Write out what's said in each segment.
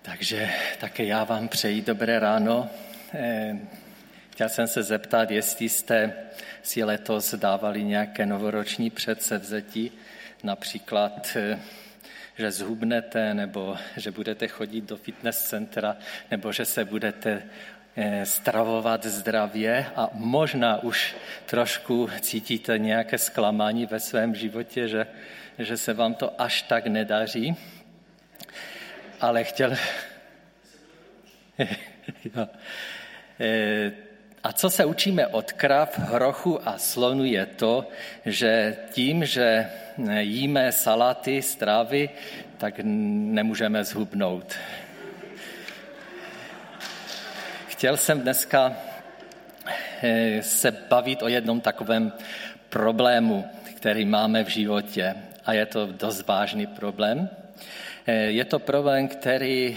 Takže také já vám přeji dobré ráno. Chtěl jsem se zeptat, jestli jste si letos dávali nějaké novoroční předsevzetí, například, že zhubnete, nebo že budete chodit do fitness centra, nebo že se budete stravovat zdravě a možná už trošku cítíte nějaké zklamání ve svém životě, že se vám to až tak nedaří. Ale chtěl... A co se učíme od krav, hrochu a slonu je to, že tím, že jíme saláty, strávy, tak nemůžeme zhubnout. Chtěl jsem dneska se bavit o jednom takovém problému, který máme v životě. A je to dost vážný problém. Je to problém, který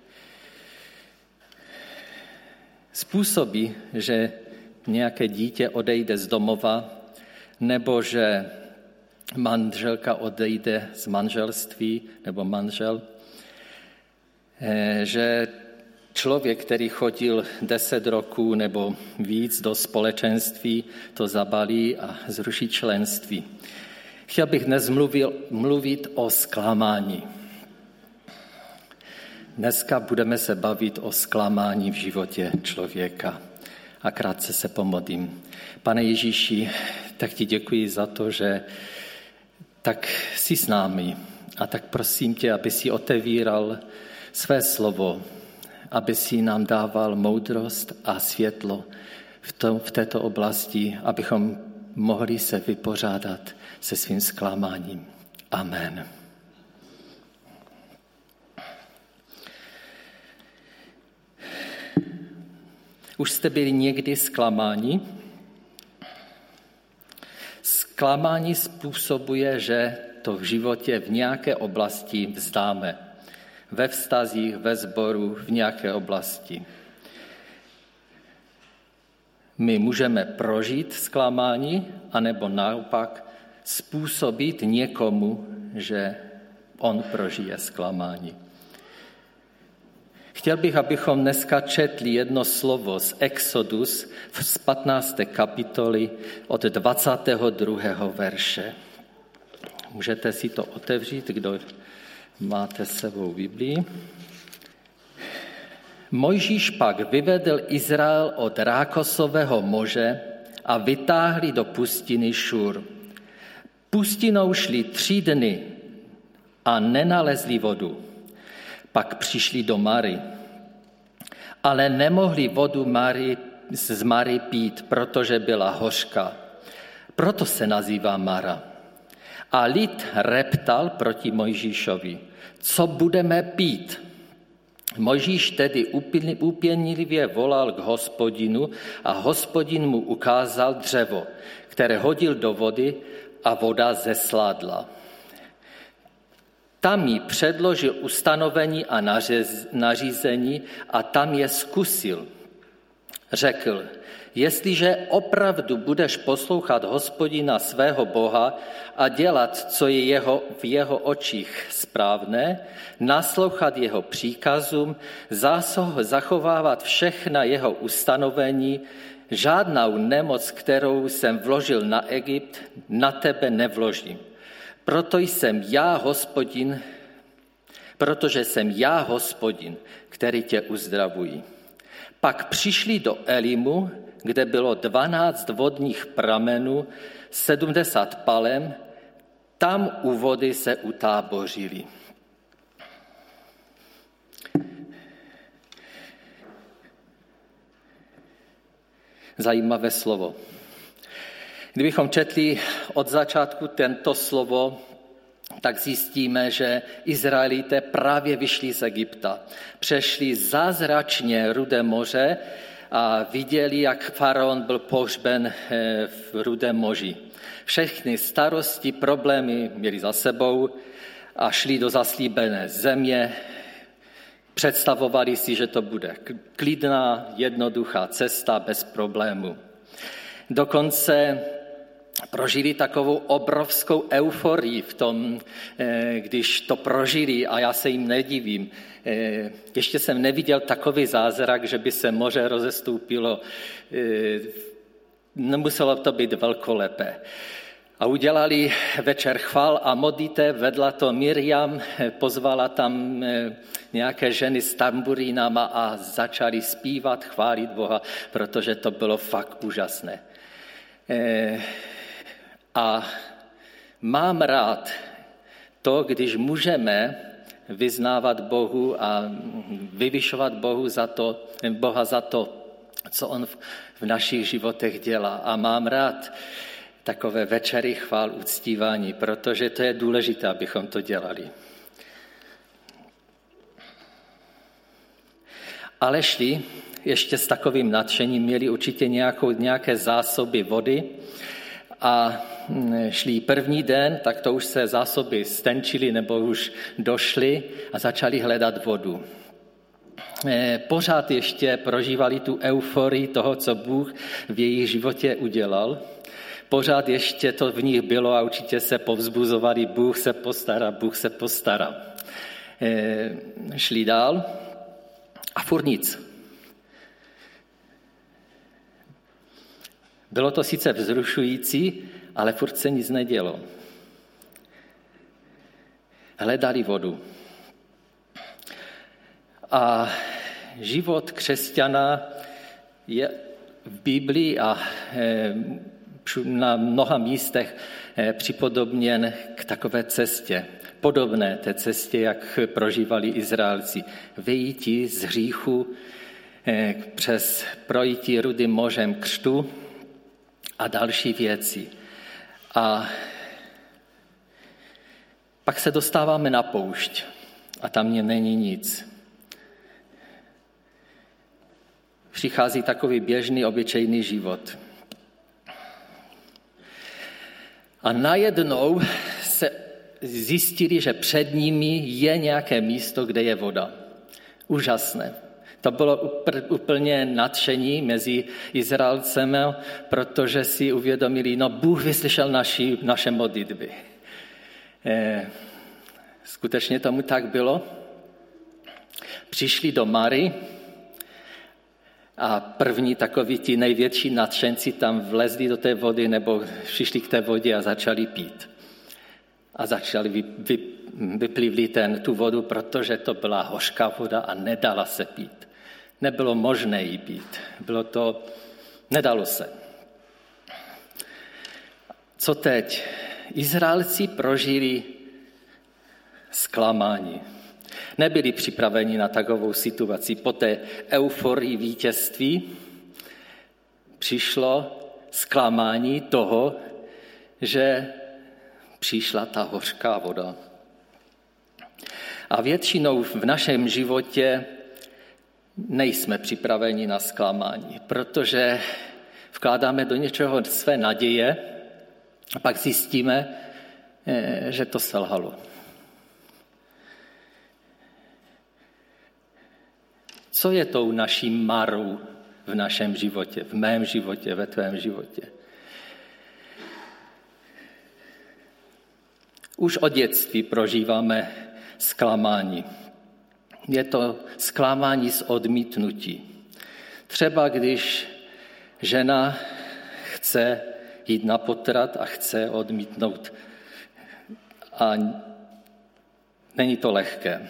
způsobí, že nějaké dítě odejde z domova, nebo že manželka odejde z manželství, nebo manžel, že člověk, který chodil 10 roků nebo víc do společenství, to zabalí a zruší členství. Chtěl bych dnes mluvit o zklamání. Dneska budeme se bavit o zklamání v životě člověka. A krátce se pomodlím. Pane Ježíši, tak ti děkuji za to, že tak jsi s námi. A tak prosím tě, aby si otevíral své slovo, aby si nám dával moudrost a světlo v této oblasti, abychom mohli se vypořádat se svým zklamáním. Amen. Už jste byli někdy zklamáni? Zklamání způsobuje, že to v životě v nějaké oblasti vzdáme. Ve vztazích, ve sboru, v nějaké oblasti. My můžeme prožít zklamání, anebo naopak způsobit někomu, že on prožije zklamání. Chtěl bych, abychom dneska četli jedno slovo z Exodus z 15. kapitoly od 22. verše. Můžete si to otevřít, kdo máte s sebou Biblii. Mojžíš pak vyvedl Izrael od Rákosového moře a vytáhli do pustiny Šur. Pustinou šli 3 dny a nenalezli vodu. Pak přišli do Mary, ale nemohli vodu z Mary pít, protože byla hořká. Proto se nazývá Mara. A lid reptal proti Mojžíšovi, co budeme pít? Mojžíš tedy úpěnlivě volal k Hospodinu a Hospodin mu ukázal dřevo, které hodil do vody a voda zesládla. Tam jí předložil ustanovení a nařízení a tam je zkusil. Řekl, jestliže opravdu budeš poslouchat Hospodina svého Boha a dělat, co je v jeho očích správné, naslouchat jeho příkazům, zachovávat všechna jeho ustanovení, žádnou nemoc, kterou jsem vložil na Egypt, na tebe nevložím. Protože jsem já Hospodin, který tě uzdravují. Pak přišli do Elimu, kde bylo 12 vodních pramenů, 70 palem, tam u vody se utábořili. Zajímavé slovo. Kdybychom četli od začátku tento slovo, tak zjistíme, že Izraelité právě vyšli z Egypta. Přešli zázračně Rudé moře a viděli, jak faraon byl pohřben v Rudém moři. Všechny starosti, problémy měli za sebou a šli do zaslíbené země. Představovali si, že to bude klidná, jednoduchá cesta bez problému. Dokonce prožili takovou obrovskou euforii v tom, když to prožili, a já se jim nedivím. Ještě jsem neviděl takový zázrak, že by se moře rozestoupilo. Nemuselo to být velkolepé. A udělali večer chval a modlitev, vedla to Miriam, pozvala tam nějaké ženy s tamburínama a začali zpívat, chválit Boha, protože to bylo fakt úžasné. A mám rád to, když můžeme vyznávat Bohu a vyvyšovat Boha za to, co on v našich životech dělá. A mám rád takové večery chvál, uctívání, protože to je důležité, abychom to dělali. Ale šli ještě s takovým nadšením, měli určitě nějaké zásoby vody a šli první den, tak to už se zásoby stenčily nebo už došly a začali hledat vodu. Pořád ještě prožívali tu euforii toho, co Bůh v jejich životě udělal. Pořád ještě to v nich bylo a určitě se povzbuzovali, Bůh se postará. Šli dál a furt nic. Bylo to sice vzrušující, ale furt se nic nedělo. Hledali vodu. A život křesťana je v Biblii a na mnoha místech připodobněn k takové cestě. Podobné té cestě, jak prožívali Izraelci. Vyjítí z hříchu přes projití Rudým mořem křtu a další věci. A pak se dostáváme na poušť a tam není nic. Přichází takový běžný, obyčejný život. A najednou se zjistili, že před nimi je nějaké místo, kde je voda. Úžasné. To bylo úplně nadšení mezi Izraelcemi, protože si uvědomili, Bůh vyslyšel naše modlitby. Skutečně tomu tak bylo. Přišli do Mary a první takoví ti největší nadšenci tam vlezli do té vody nebo přišli k té vodě a začali pít. A začali vyplivli tu vodu, protože to byla hořká voda a nedala se pít. Nebylo možné ji pít. Nedalo se. Co teď? Izraelci prožili zklamání. Nebyli připraveni na takovou situaci. Po té euforii vítězství přišlo zklamání toho, že přišla ta hořká voda. A většinou v našem životě nejsme připraveni na zklamání, protože vkládáme do něčeho své naděje a pak zjistíme, že to selhalo. Co je tou naší marou v našem životě, v mém životě, ve tvém životě? Už od dětství prožíváme zklamání. Je to zklamání z odmítnutí. Třeba když žena chce jít na potrat a chce odmítnout. A není to lehké.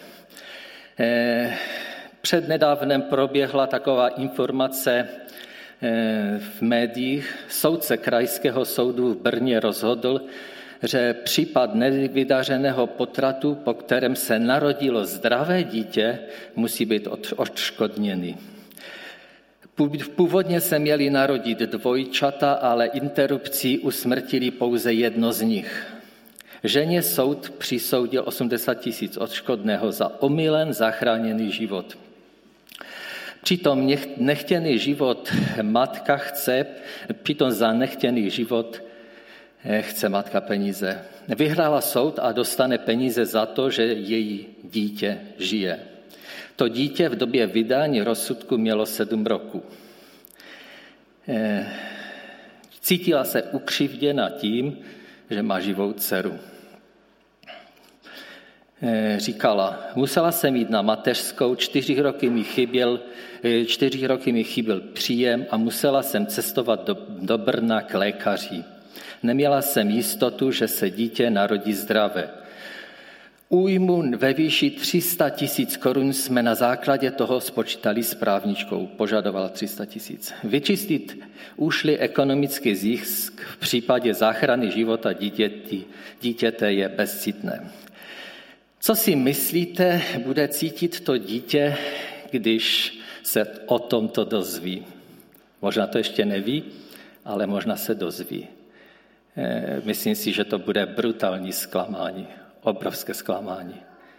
Přednedávnem proběhla taková informace v médiích. Soudce Krajského soudu v Brně rozhodl, že případ nevydařeného potratu, po kterém se narodilo zdravé dítě, musí být odškodněný. Původně se měli narodit dvojčata, ale interrupcí usmrtili pouze jedno z nich. Ženě soud přisoudil 80 000 odškodného za omylem zachráněný život. Přitom nechtěný život matka za nechtěný život chce matka peníze. Vyhrála soud a dostane peníze za to, že její dítě žije. To dítě v době vydání rozsudku mělo 7 roků. Cítila se ukřivděna tím, že má živou dceru. Říkala, musela jsem jít na mateřskou, 4 roky mi chyběl příjem a musela jsem cestovat do Brna k lékaři. Neměla jsem jistotu, že se dítě narodí zdravé. Újmu ve výši 300 000 korun jsme na základě toho spočítali s právničkou. Požadovala 300 000. Vyčistit ušlý ekonomický zisk v případě záchrany života dítěte je bezcitné. Co si myslíte, bude cítit to dítě, když se o tomto dozví? Možná to ještě neví, ale možná se dozví. Myslím si, že to bude brutální zklamání, obrovské zklamání.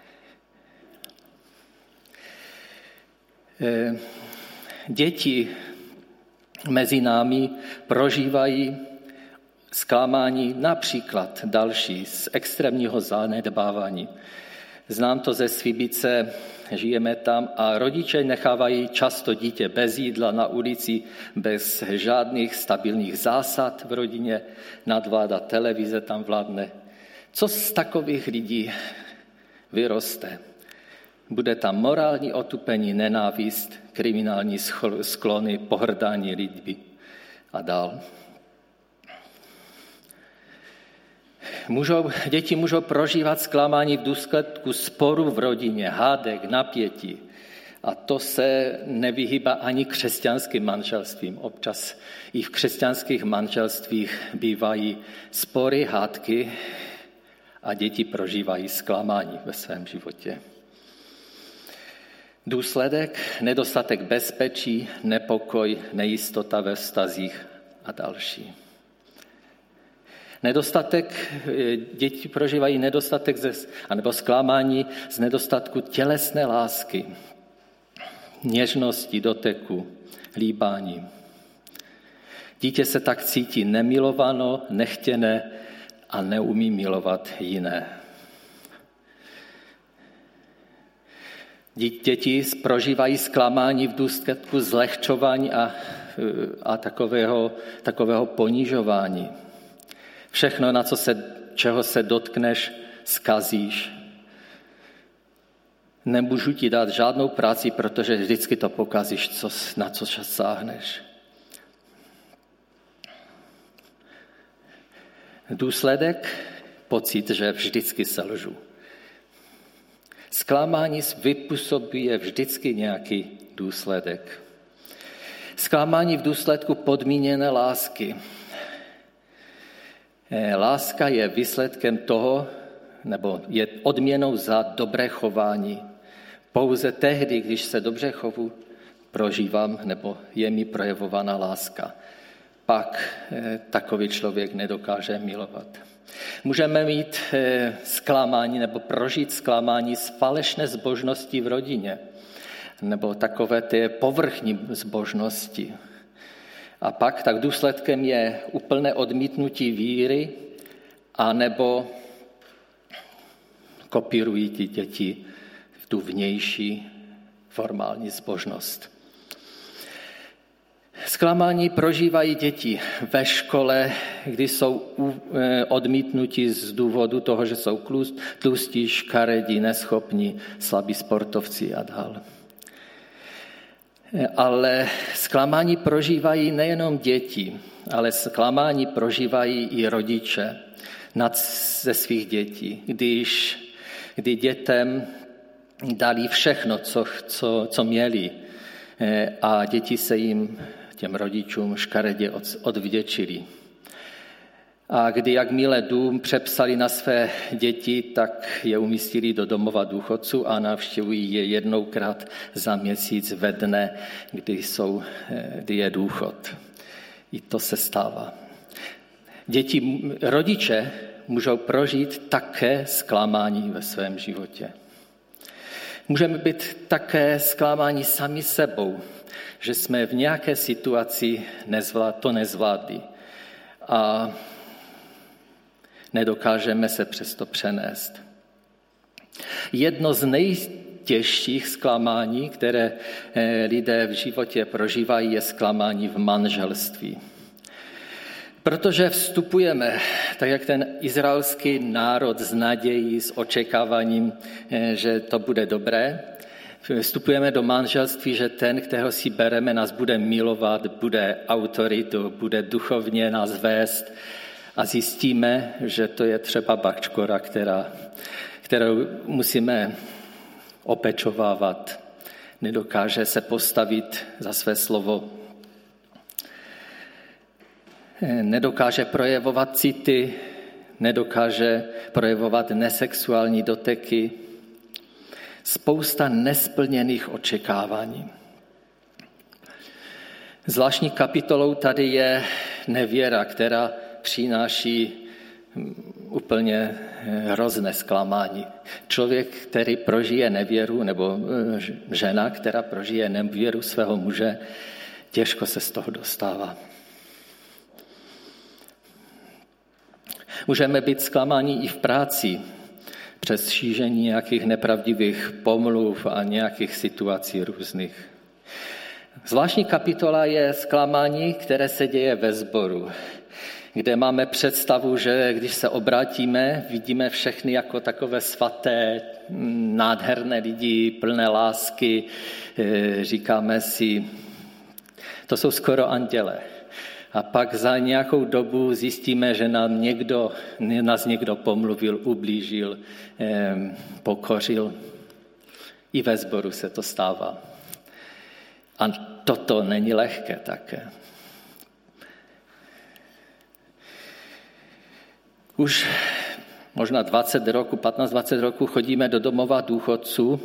Děti mezi námi prožívají zklamání například další z extrémního zanedbávání. Znám to ze Svibice, žijeme tam a rodiče nechávají často dítě bez jídla na ulici, bez žádných stabilních zásad v rodině, nadvláda televize tam vládne. Co z takových lidí vyroste? Bude tam morální otupení, nenávist, kriminální sklony, pohrdání lidmi a dál. Děti můžou prožívat zklamání v důsledku sporu v rodině, hádek, napětí. A to se nevyhýbá ani křesťanským manželstvím. Občas i v křesťanských manželstvích bývají spory, hádky a děti prožívají zklamání ve svém životě. Důsledek, nedostatek bezpečí, nepokoj, nejistota ve vztazích a další. Děti prožívají nedostatek anebo zklamání z nedostatku tělesné lásky, něžnosti, doteku, líbání. Dítě se tak cítí nemilováno, nechtěné a neumí milovat jiné. Děti prožívají zklamání v důsledku zlehčování a takového ponižování. Všechno, čeho se dotkneš, zkazíš. Nemůžu ti dát žádnou práci, protože vždycky to pokazíš, na co sáhneš. Důsledek, pocit, že vždycky selžu. Zklamání vypůsobuje vždycky nějaký důsledek. Zklamání v důsledku podmíněné lásky. Láska je výsledkem toho, nebo je odměnou za dobré chování. Pouze tehdy, když se dobře chovu, prožívám, nebo je mi projevována láska. Pak takový člověk nedokáže milovat. Můžeme mít zklamání nebo prožít zklamání z falešné zbožnosti v rodině, nebo takové té povrchní zbožnosti. A pak tak důsledkem je úplné odmítnutí víry, anebo kopírují ti děti tu vnější formální zbožnost. Zklamání prožívají děti ve škole, kdy jsou odmítnuti z důvodu toho, že jsou tlustí, škaredí, neschopní, slabí sportovci a dál. Ale zklamání prožívají nejenom děti, ale zklamání prožívají i rodiče ze svých dětí, kdy dětem dali všechno, co měli, a děti se jim, těm rodičům, škaredě odvděčili. A kdy jakmile dům přepsali na své děti, tak je umístili do domova důchodců a navštěvují je jednoukrát za měsíc ve dne, kdy je důchod. I to se stává. Rodiče můžou prožít také zklamání ve svém životě. Můžeme být také zklamáni sami sebou, že jsme v nějaké situaci to nezvládli a nedokážeme se přesto přenést. Jedno z nejtěžších zklamání, které lidé v životě prožívají, je zklamání v manželství. Protože vstupujeme, tak jak ten izraelský národ s nadějí, s očekáváním, že to bude dobré, vstupujeme do manželství, že ten, kterého si bereme, nás bude milovat, bude autoritou, bude duchovně nás vést a zjistíme, že to je třeba bakčkora, kterou musíme opečovávat, nedokáže se postavit za své slovo, nedokáže projevovat city, nedokáže projevovat nesexuální doteky, spousta nesplněných očekávání. Zvláštní kapitolou tady je nevěra, která přináší úplně hrozné zklamání. Člověk, který prožije nevěru, nebo žena, která prožije nevěru svého muže, těžko se z toho dostává. Můžeme být zklamáni i v práci přes šíření nějakých nepravdivých pomluv a nějakých situací různých. Zvláštní kapitola je zklamání, které se děje ve sboru, kde máme představu, že když se obrátíme, vidíme všechny jako takové svaté, nádherné lidi, plné lásky. Říkáme si, to jsou skoro anděle. A pak za nějakou dobu zjistíme, že nás někdo pomluvil, ublížil, pokořil. I ve sboru se to stává. A toto není lehké také. Už možná 15-20 roků chodíme do domova důchodců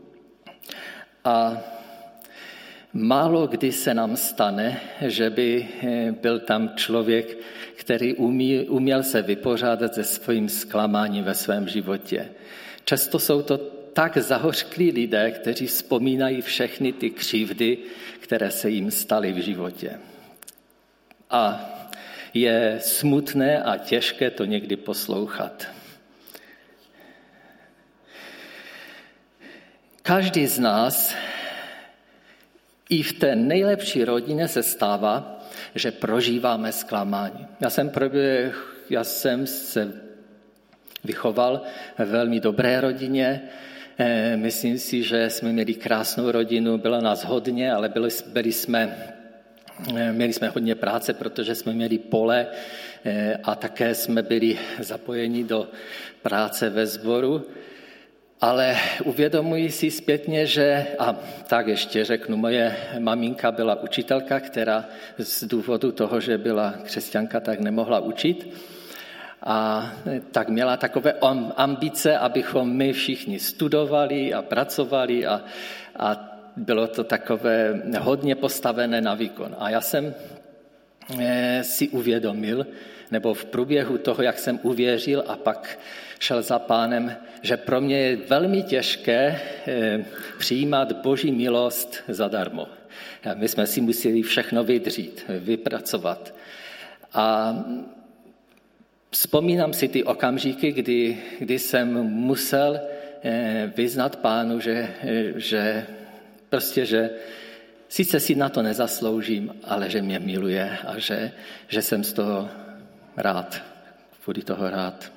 a málo kdy se nám stane, že by byl tam člověk, který uměl se vypořádat se svým zklamáním ve svém životě. Často jsou to tak zahořklí lidé, kteří vzpomínají všechny ty křivdy, které se jim staly v životě. A je smutné a těžké to někdy poslouchat. Každý z nás i v té nejlepší rodině se stává, že prožíváme zklamání. Já jsem se vychoval ve velmi dobré rodině. Myslím si, že jsme měli krásnou rodinu, bylo nás hodně, ale měli jsme hodně práce, protože jsme měli pole a také jsme byli zapojeni do práce ve sboru. Ale uvědomuji si zpětně, a tak ještě řeknu, moje maminka byla učitelka, která z důvodu toho, že byla křesťanka, tak nemohla učit. A tak měla takové ambice, abychom my všichni studovali a pracovali a bylo to takové hodně postavené na výkon. A já jsem si uvědomil, nebo v průběhu toho, jak jsem uvěřil a pak šel za Pánem, že pro mě je velmi těžké přijímat Boží milost zadarmo. My jsme si museli všechno vydřít, vypracovat. A vzpomínám si ty okamžiky, kdy jsem musel vyznat Pánu, že sice si na to nezasloužím, ale že mě miluje a že jsem z toho rád, kvůli toho rád.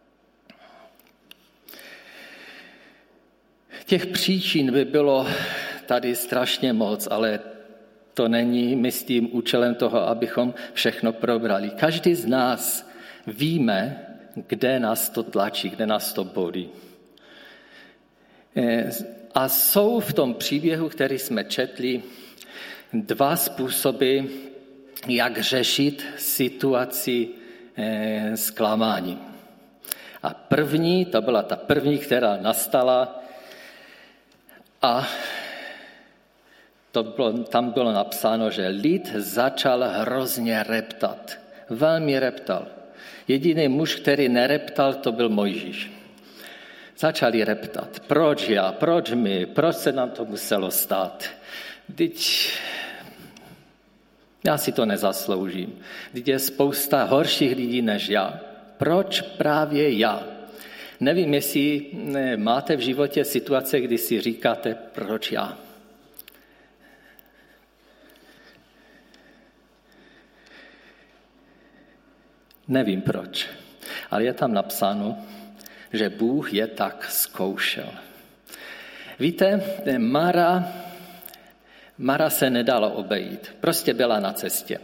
Těch příčin by bylo tady strašně moc, ale to není, myslím, účelem toho, abychom všechno probrali. Každý z nás víme, kde nás to tlačí, kde nás to bolí. A jsou v tom příběhu, který jsme četli, dva způsoby, jak řešit situaci zklamání. A první, to byla ta první, která nastala, a tam bylo napsáno, že lid začal hrozně reptat. Velmi reptal. Jediný muž, který nereptal, to byl Mojžíš. Začali reptat. Proč já? Proč my? Proč se nám to muselo stát? Vždyť já si to nezasloužím. Vždyť je spousta horších lidí než já. Proč právě já? Nevím, jestli máte v životě situace, kdy si říkáte, proč já? Nevím proč, ale je tam napsáno, že Bůh je tak zkoušel. Víte, Mara se nedalo obejít, prostě byla na cestě.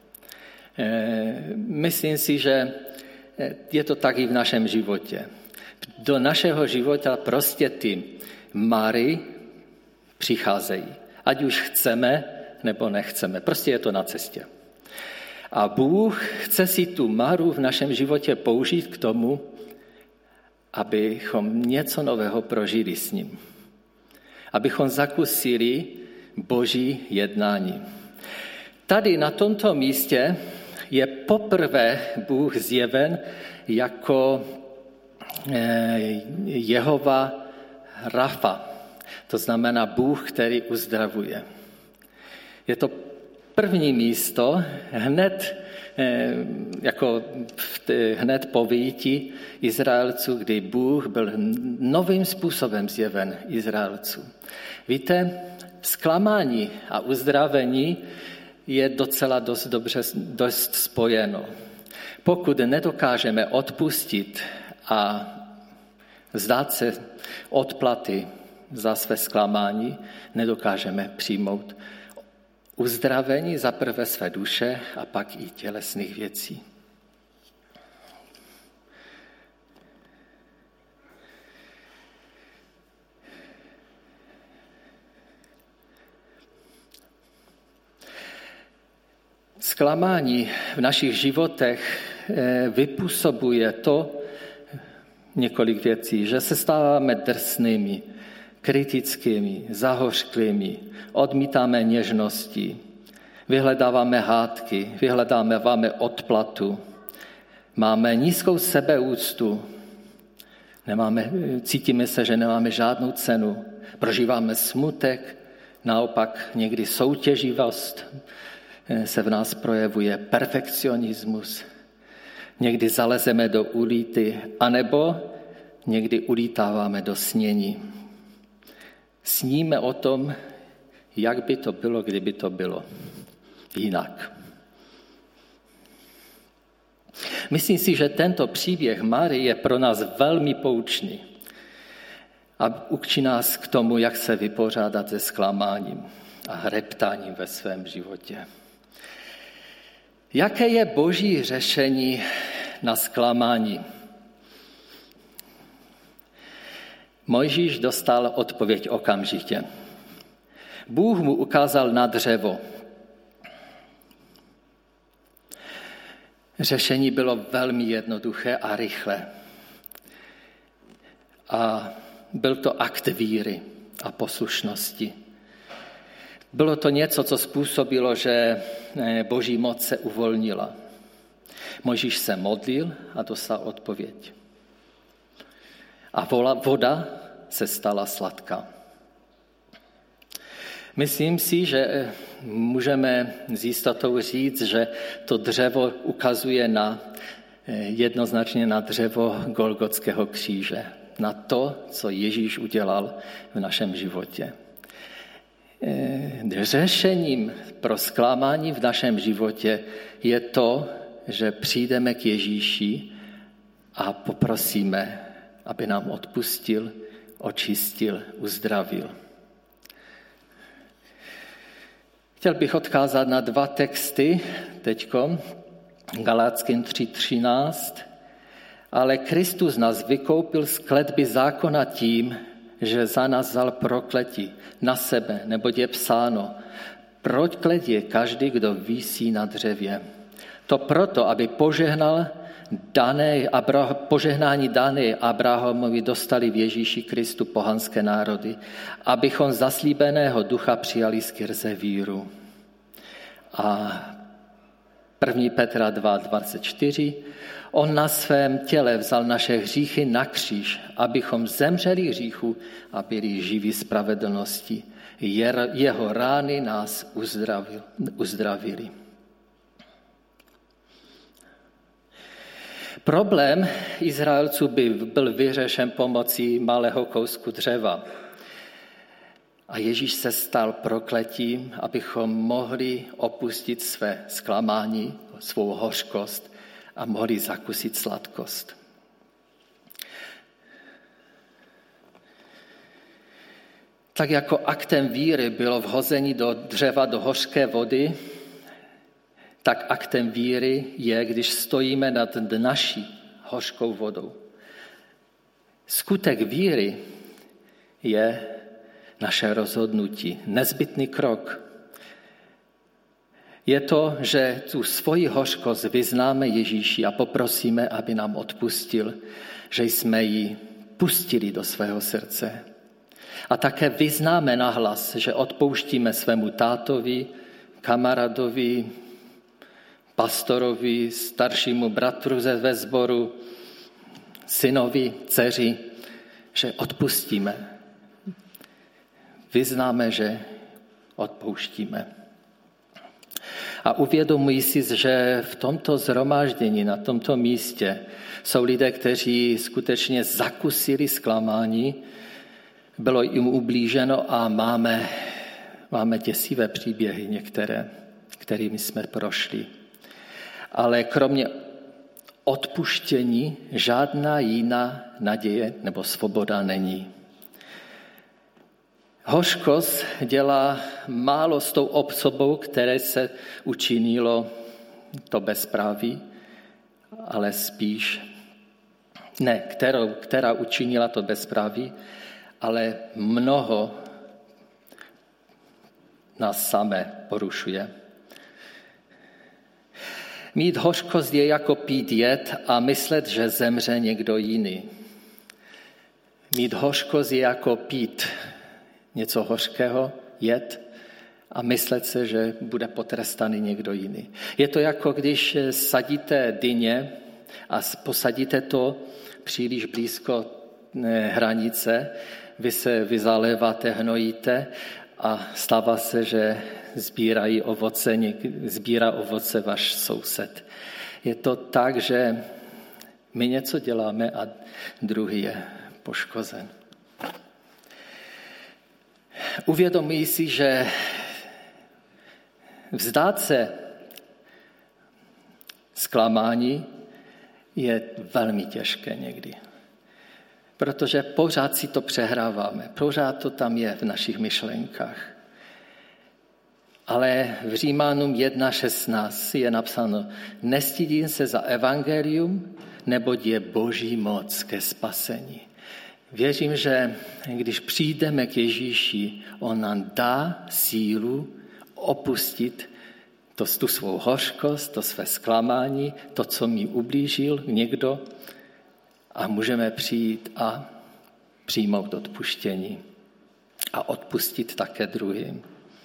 Myslím si, že je to tak i v našem životě. Do našeho života prostě ty Mary přicházejí. Ať už chceme, nebo nechceme. Prostě je to na cestě. A Bůh chce si tu Maru v našem životě použít k tomu, abychom něco nového prožili s ním. Abychom zakusili Boží jednání. Tady na tomto místě je poprvé Bůh zjeven jako Jehova Rafa. To znamená Bůh, který uzdravuje. Je to první místo hned po vyjití Izraelců, kdy Bůh byl novým způsobem zjeven Izraelců. Víte, zklamání a uzdravení je docela dost spojeno. Pokud nedokážeme odpustit a vzdát se odplaty za své zklamání, nedokážeme přijmout uzdravení za prvé své duše a pak i tělesných věcí. Zklamání v našich životech vypůsobuje to několik věcí, že se stáváme drsnými, kritickými, zahořklými, odmítáme něžnosti, vyhledáváme hádky, vyhledáváme odplatu, máme nízkou sebeúctu, cítíme se, že nemáme žádnou cenu, prožíváme smutek, naopak někdy soutěživost se v nás projevuje, perfekcionismus, někdy zalezeme do ulíty, anebo někdy ulítáváme do snění. Sníme o tom, jak by to bylo, kdyby to bylo jinak. Myslím si, že tento příběh Mary je pro nás velmi poučný a učí nás k tomu, jak se vypořádat se zklamáním a hreptáním ve svém životě. Jaké je Boží řešení na zklamání? Mojžíš dostal odpověď okamžitě. Bůh mu ukázal na dřevo. Řešení bylo velmi jednoduché a rychlé. A byl to akt víry a poslušnosti. Bylo to něco, co způsobilo, že Boží moc se uvolnila. Mojžíš se modlil a dostal odpověď. A voda se stala sladká. Myslím si, že můžeme s jistotou říct, že to dřevo ukazuje jednoznačně na dřevo Golgotského kříže. Na to, co Ježíš udělal v našem životě. Řešením pro zklamání v našem životě je to, že přijdeme k Ježíši a poprosíme, aby nám odpustil, očistil, uzdravil. Chtěl bych odkázat na 2 texty teďko, Galatským 3:13. Ale Kristus nás vykoupil z kletby zákona tím, že za nás vzal prokletí na sebe, neboť je psáno, proklet je každý, kdo visí na dřevě. To proto, aby požehnání dané Abrahamovi dostali v Ježíši Kristu pohanské národy, abychom zaslíbeného ducha přijali skrze víru. A 1. Petra 2:24. On na svém těle vzal naše hříchy na kříž, abychom zemřeli hříchu a byli živí spravedlnosti. Jeho rány nás uzdravili. Problém Izraelců byl vyřešen pomocí malého kousku dřeva. A Ježíš se stal prokletím, abychom mohli opustit své zklamání, svou hořkost a mohli zakusit sladkost. Tak jako aktem víry bylo vhození do dřeva do hořké vody, tak aktem víry je, když stojíme nad naší hořkou vodou. Skutek víry je naše rozhodnutí, nezbytný krok. Je to, že tu svoji hořkost vyznáme Ježíši a poprosíme, aby nám odpustil, že jsme ji pustili do svého srdce. A také vyznáme nahlas, že odpouštíme svému tátovi, kamarádovi, pastorovi, staršímu bratru ve sboru, synovi, dceři, že odpustíme. Vyznáme, že odpouštíme. A uvědomuji si, že v tomto shromáždění, na tomto místě, jsou lidé, kteří skutečně zakusili zklamání, bylo jim ublíženo a máme děsivé příběhy některé, kterými jsme prošli. Ale kromě odpuštění žádná jiná naděje nebo svoboda není. Hořkost dělá málo s tou osobou, které se učinilo to bezpráví, ale spíš ne, která učinila to bezpráví, ale mnoho nás samé porušuje. Mít hořkost je jako pít jed a myslet, že zemře někdo jiný. Mít hořkost je jako pít něco hořkého, jed, a myslet se, že bude potrestaný někdo jiný. Je to jako když sadíte dyně a posadíte to příliš blízko hranice, vy zaléváte, hnojíte a stává se, že sbírá ovoce váš soused. Je to tak, že my něco děláme a druhý je poškozen. Uvědomuji si, že vzdát se zklamání je velmi těžké někdy. Protože pořád si to přehráváme, pořád to tam je v našich myšlenkách. Ale v Římanům 1.16 je napsáno: nestydím se za evangelium, neboť je Boží moc ke spasení. Věřím, že když přijdeme k Ježíši, on nám dá sílu opustit tu svou hořkost, to své zklamání, to, co mi ublížil někdo, a můžeme přijít a přijmout odpuštění a odpustit také druhým.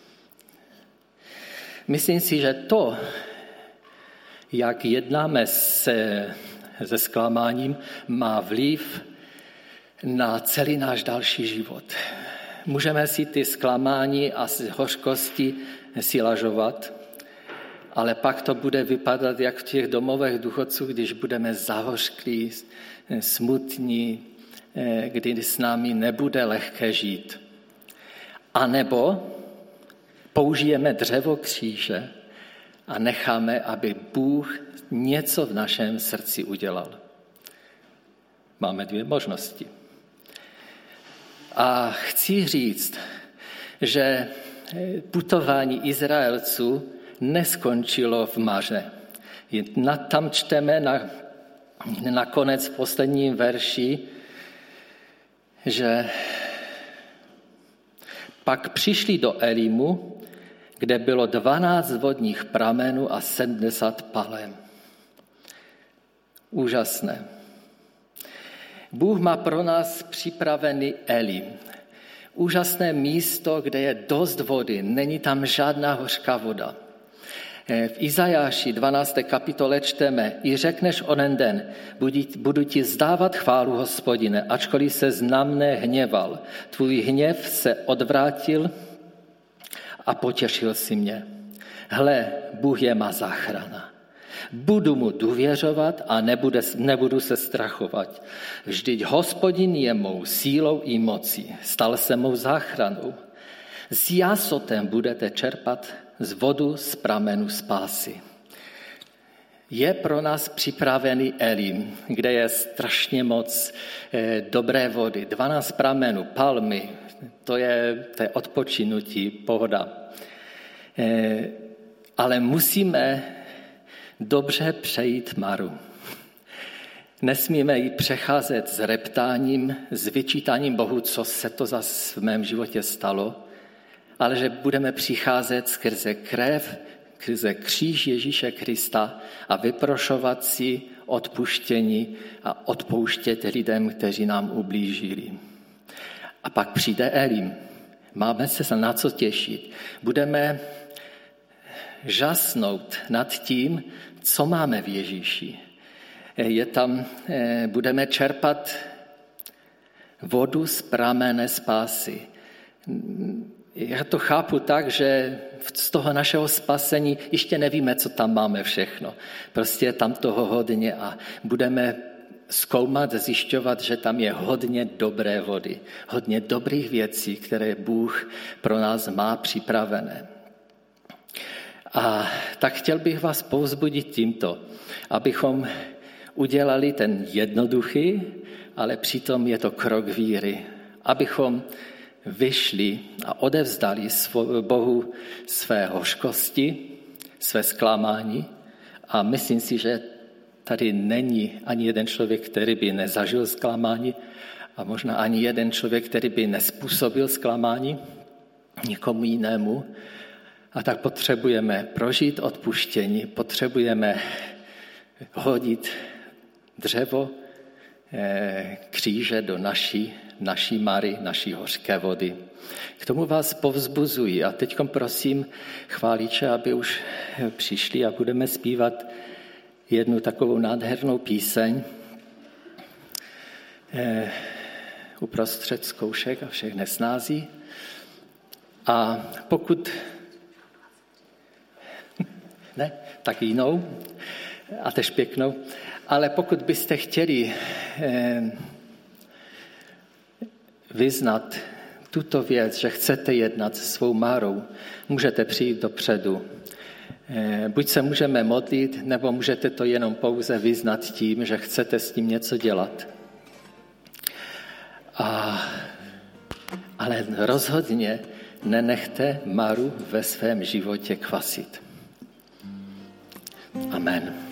Myslím si, že to, jak jednáme se zklamáním, má vliv na celý náš další život. Můžeme si ty zklamání a hořkosti si lažovat, ale pak to bude vypadat jak v těch domovech důchodců, když budeme zahořklí, smutní, kdy s námi nebude lehké žít. A nebo použijeme dřevo kříže a necháme, aby Bůh něco v našem srdci udělal. Máme dvě možnosti. A chci říct, že putování Izraelců neskončilo v Maře. Tam čteme nakonec v posledním verši, že pak přišli do Elimu, kde bylo 12 vodních pramenů a 70 palem. Úžasné. Bůh má pro nás připravený Elim. Úžasné místo, kde je dost vody, není tam žádná hořká voda. V Izajáši 12. kapitole čteme: i řekneš onen den, budu ti zdávat chválu, Hospodine, ačkoliv se na mne hněval. Tvůj hněv se odvrátil a potěšil si mě. Hle, Bůh je má záchrana. Budu mu důvěřovat a nebudu se strachovat. Vždyť Hospodin je mou sílou i mocí, stal se mou záchranou. S jásotem budete čerpat z vodu z pramenu spásy. je pro nás připravený Elim, kde je strašně moc dobré vody, 12 pramenů, palmy, to je odpočinutí, pohoda. Ale musíme dobře přejít Maru. Nesmíme ji přecházet s reptáním, s vyčítáním Bohu, co se to zas v mém životě stalo, ale že budeme přicházet skrze krev, skrze kříž Ježíše Krista a vyprošovat si odpuštění a odpouštět lidem, kteří nám ublížili. A pak přijde Elim. Máme se na co těšit. Budeme žasnout nad tím, co máme v Ježíši. Budeme čerpat vodu z pramene spásy. Já to chápu tak, že z toho našeho spasení ještě nevíme, co tam máme všechno. Prostě je tam toho hodně a budeme zkoumat, zjišťovat, že tam je hodně dobré vody, hodně dobrých věcí, které Bůh pro nás má připravené. A tak chtěl bych vás povzbudit tímto, abychom udělali ten jednoduchý, ale přitom je to krok víry, abychom vyšli a odevzdali Bohu své hořkosti, své zklamání a myslím si, že tady není ani jeden člověk, který by nezažil zklamání a možná ani jeden člověk, který by nespůsobil zklamání nikomu jinému. A tak potřebujeme prožít odpuštění, potřebujeme hodit dřevo, kříže do naší Mary, naší hořké vody. K tomu vás povzbuzuji a teď prosím chváliče, aby už přišli a budeme zpívat jednu takovou nádhernou píseň uprostřed zkoušek a všech nesnází. A pokud ne, tak jinou a tež pěknou, ale pokud byste chtěli vyznat tuto věc, že chcete jednat se svou Marou, můžete přijít dopředu. Buď se můžeme modlit, nebo můžete to jenom pouze vyznat tím, že chcete s tím něco dělat. Ale rozhodně nenechte Maru ve svém životě kvasit. Amen.